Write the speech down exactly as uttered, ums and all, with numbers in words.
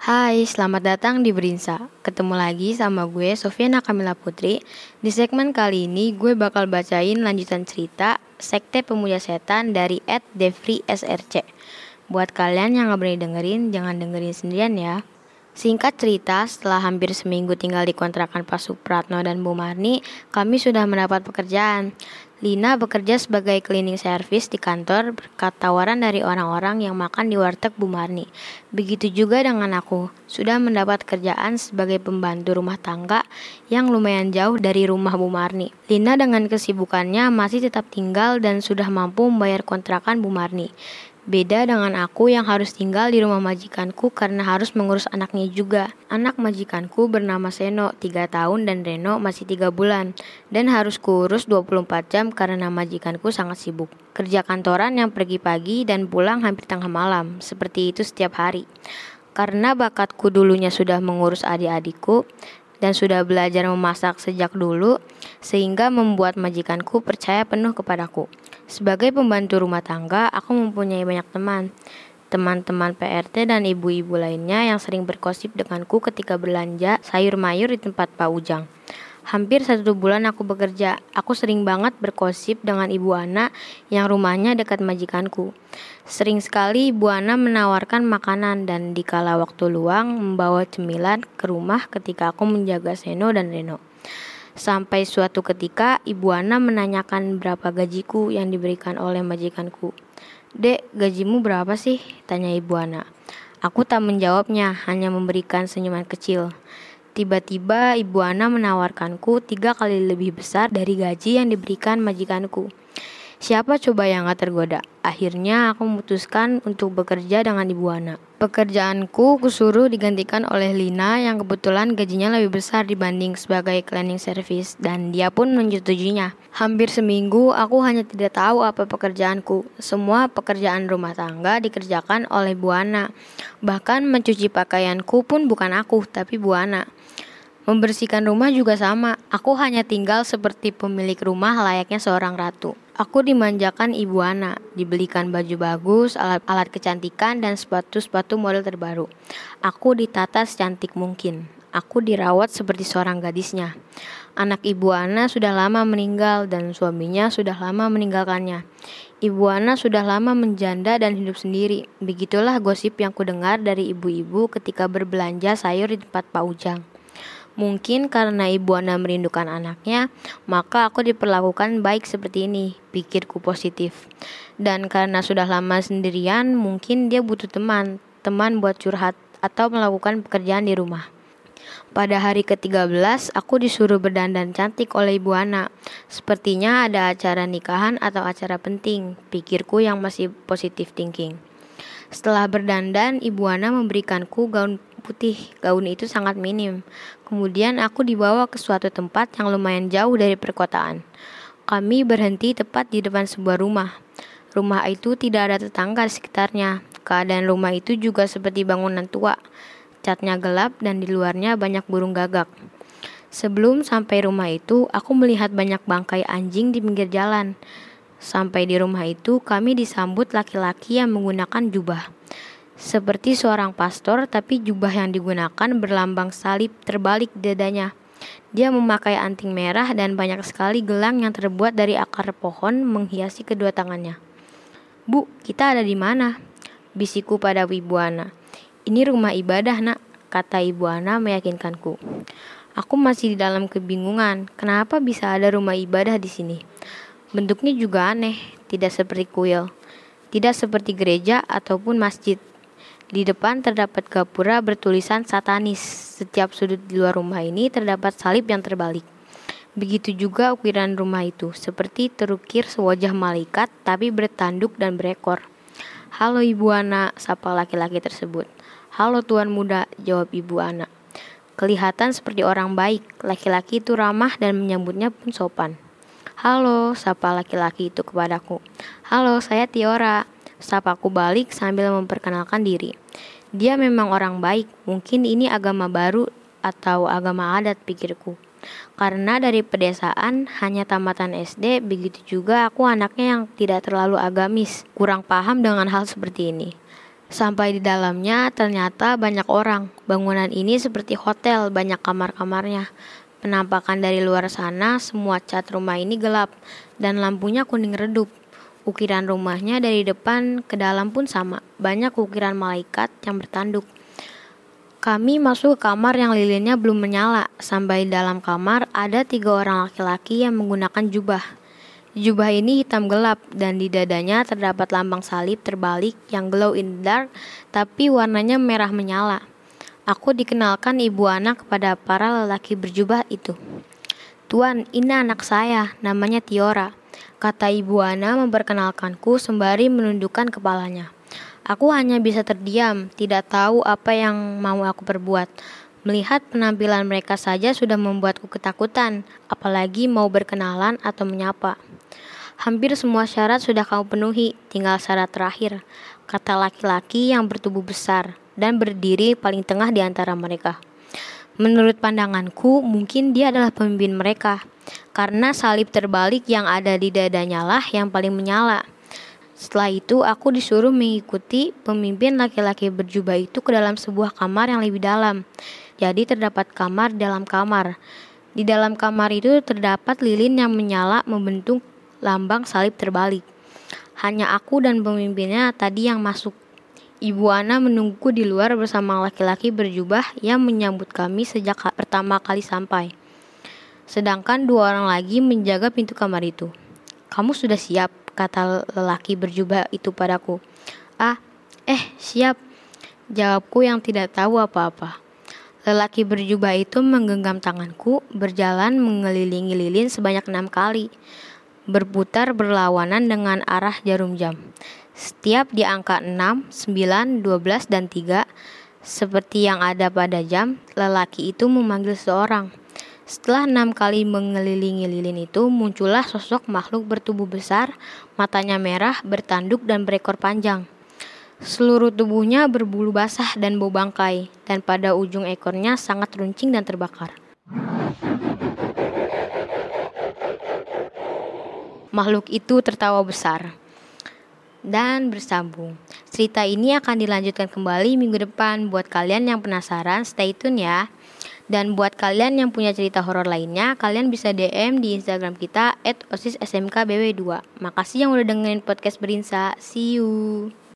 Hai, selamat datang di Berinsa. Ketemu lagi sama gue, Sofiana Kamila Putri. Di segmen kali ini, gue bakal bacain lanjutan cerita Sekte Pemuja Setan dari et devri S R C. Buat kalian yang gak berani dengerin, jangan dengerin sendirian ya. Singkat cerita, setelah hampir seminggu tinggal di kontrakan Pak Supratno dan Bu Marni, kami sudah mendapat pekerjaan. Lina bekerja sebagai cleaning service di kantor berkat tawaran dari orang-orang yang makan di warteg Bu Marni. Begitu juga dengan aku, sudah mendapat kerjaan sebagai pembantu rumah tangga yang lumayan jauh dari rumah Bu Marni. Lina dengan kesibukannya masih tetap tinggal dan sudah mampu membayar kontrakan Bu Marni. Beda dengan aku yang harus tinggal di rumah majikanku karena harus mengurus anaknya juga. Anak majikanku bernama Seno, tiga tahun dan Reno masih tiga bulan. Dan harus kuurus dua puluh empat jam karena majikanku sangat sibuk. Kerja kantoran yang pergi pagi dan pulang hampir tengah malam, seperti itu setiap hari. Karena bakatku dulunya sudah mengurus adik-adikku dan sudah belajar memasak sejak dulu, sehingga membuat majikanku percaya penuh kepadaku. Sebagai pembantu rumah tangga, aku mempunyai banyak teman. Teman-teman P R T dan ibu-ibu lainnya yang sering bergosip denganku ketika belanja sayur mayur di tempat Pak Ujang. Hampir satu bulan aku bekerja, aku sering banget bergosip dengan Ibu Ana yang rumahnya dekat majikanku. Sering sekali Ibu Ana menawarkan makanan dan dikala waktu luang membawa cemilan ke rumah ketika aku menjaga Seno dan Reno. Sampai suatu ketika Ibu Ana menanyakan berapa gajiku yang diberikan oleh majikanku. "Dek, gajimu berapa sih?" tanya Ibu Ana. Aku tak menjawabnya, hanya memberikan senyuman kecil. Tiba-tiba Ibu Ana menawarkanku tiga kali lebih besar dari gaji yang diberikan majikanku. Siapa coba yang gak tergoda? Akhirnya aku memutuskan untuk bekerja dengan Ibu Ana. Pekerjaanku kusuruh digantikan oleh Lina yang kebetulan gajinya lebih besar dibanding sebagai cleaning service, dan dia pun menyetujuinya. Hampir seminggu aku hanya tidak tahu apa pekerjaanku. Semua pekerjaan rumah tangga dikerjakan oleh Bu Ana. Bahkan mencuci pakaianku pun bukan aku, tapi Bu Ana. Membersihkan rumah juga sama. Aku hanya tinggal seperti pemilik rumah layaknya seorang ratu. Aku dimanjakan Ibu Ana, dibelikan baju bagus, alat-alat kecantikan, dan sepatu-sepatu model terbaru. Aku ditata secantik mungkin. Aku dirawat seperti seorang gadisnya. Anak Ibu Ana sudah lama meninggal dan suaminya sudah lama meninggalkannya. Ibu Ana sudah lama menjanda dan hidup sendiri. Begitulah gosip yang kudengar dari ibu-ibu ketika berbelanja sayur di tempat Pak Ujang. Mungkin karena Ibu Ana merindukan anaknya, maka aku diperlakukan baik seperti ini, pikirku positif. Dan karena sudah lama sendirian, mungkin dia butuh teman, teman buat curhat atau melakukan pekerjaan di rumah. Pada hari ke tiga belas, aku disuruh berdandan cantik oleh Ibu Ana. Sepertinya ada acara nikahan atau acara penting, pikirku yang masih positive thinking. Setelah berdandan, Ibu Ana memberikanku gaun putih. Gaun itu sangat minim. Kemudian aku dibawa ke suatu tempat yang lumayan jauh dari perkotaan. Kami berhenti tepat di depan sebuah rumah. Rumah itu tidak ada tetangga di sekitarnya. Keadaan rumah itu juga seperti bangunan tua. Catnya gelap dan di luarnya banyak burung gagak. Sebelum sampai rumah itu, aku melihat banyak bangkai anjing di pinggir jalan. Sampai di rumah itu, kami disambut laki-laki yang menggunakan jubah. Seperti seorang pastor, tapi jubah yang digunakan berlambang salib terbalik di dadanya. Dia memakai anting merah dan banyak sekali gelang yang terbuat dari akar pohon menghiasi kedua tangannya. "Bu, kita ada di mana?" bisikku pada Ibu Ana. "Ini rumah ibadah, Nak," kata Ibu Ana meyakinkanku. Aku masih di dalam kebingungan, kenapa bisa ada rumah ibadah di sini? Bentuknya juga aneh, tidak seperti kuil, tidak seperti gereja ataupun masjid. Di depan terdapat gapura bertulisan satanis. Setiap sudut di luar rumah ini terdapat salib yang terbalik. Begitu juga ukiran rumah itu, seperti terukir sewajah malaikat tapi bertanduk dan berekor. "Halo Ibu Ana," sapa laki-laki tersebut. "Halo Tuan Muda," jawab Ibu Ana. Kelihatan seperti orang baik. Laki-laki itu ramah dan menyambutnya pun sopan. "Halo," sapa laki-laki itu kepadaku. "Halo, saya Tiora," sapaku balik sambil memperkenalkan diri. Dia memang orang baik, mungkin ini agama baru atau agama adat, pikirku. Karena dari pedesaan, hanya tamatan S D, begitu juga aku anaknya yang tidak terlalu agamis, kurang paham dengan hal seperti ini. Sampai di dalamnya ternyata banyak orang. Bangunan ini seperti hotel, banyak kamar-kamarnya. Penampakan dari luar sana, semua cat rumah ini gelap dan lampunya kuning redup. Ukiran rumahnya dari depan ke dalam pun sama. Banyak ukiran malaikat yang bertanduk. Kami masuk ke kamar yang lilinnya belum menyala. Sampai di dalam kamar ada tiga orang laki-laki yang menggunakan jubah. Jubah ini hitam gelap dan di dadanya terdapat lambang salib terbalik yang glow in the dark tapi warnanya merah menyala. Aku dikenalkan ibu anak kepada para lelaki berjubah itu. "Tuan, ini anak saya, namanya Tiora," kata ibu Ana memperkenalkanku sembari menundukkan kepalanya. Aku hanya bisa terdiam, tidak tahu apa yang mau aku perbuat. Melihat penampilan mereka saja sudah membuatku ketakutan, apalagi mau berkenalan atau menyapa. "Hampir semua syarat sudah kamu penuhi, tinggal syarat terakhir," kata laki-laki yang bertubuh besar dan berdiri paling tengah di antara mereka. Menurut pandanganku, mungkin dia adalah pemimpin mereka, karena salib terbalik yang ada di dadanya lah yang paling menyala. Setelah itu, aku disuruh mengikuti pemimpin laki-laki berjubah itu ke dalam sebuah kamar yang lebih dalam. Jadi terdapat kamar dalam kamar. Di dalam kamar itu terdapat lilin yang menyala membentuk lambang salib terbalik. Hanya aku dan pemimpinnya tadi yang masuk. Ibu Ana menungguku di luar bersama laki-laki berjubah yang menyambut kami sejak pertama kali sampai. Sedangkan dua orang lagi menjaga pintu kamar itu. "Kamu sudah siap?" kata lelaki berjubah itu padaku. "Ah, eh siap," jawabku yang tidak tahu apa-apa. Lelaki berjubah itu menggenggam tanganku, berjalan mengelilingi lilin sebanyak enam kali, berputar berlawanan dengan arah jarum jam. Setiap di angka enam, sembilan, dua belas, dan tiga, seperti yang ada pada jam, lelaki itu memanggil seseorang. Setelah enam kali mengelilingi lilin itu, muncullah sosok makhluk bertubuh besar, matanya merah, bertanduk, dan berekor panjang. Seluruh tubuhnya berbulu basah dan bau bangkai, dan pada ujung ekornya sangat runcing dan terbakar. Makhluk itu tertawa besar dan bersambung. Cerita ini akan dilanjutkan kembali minggu depan. Buat kalian yang penasaran, stay tune ya. Dan buat kalian yang punya cerita horor lainnya, kalian bisa D M di Instagram kita et osis s m k b w dua. Makasih yang udah dengerin podcast Berinsa. See you.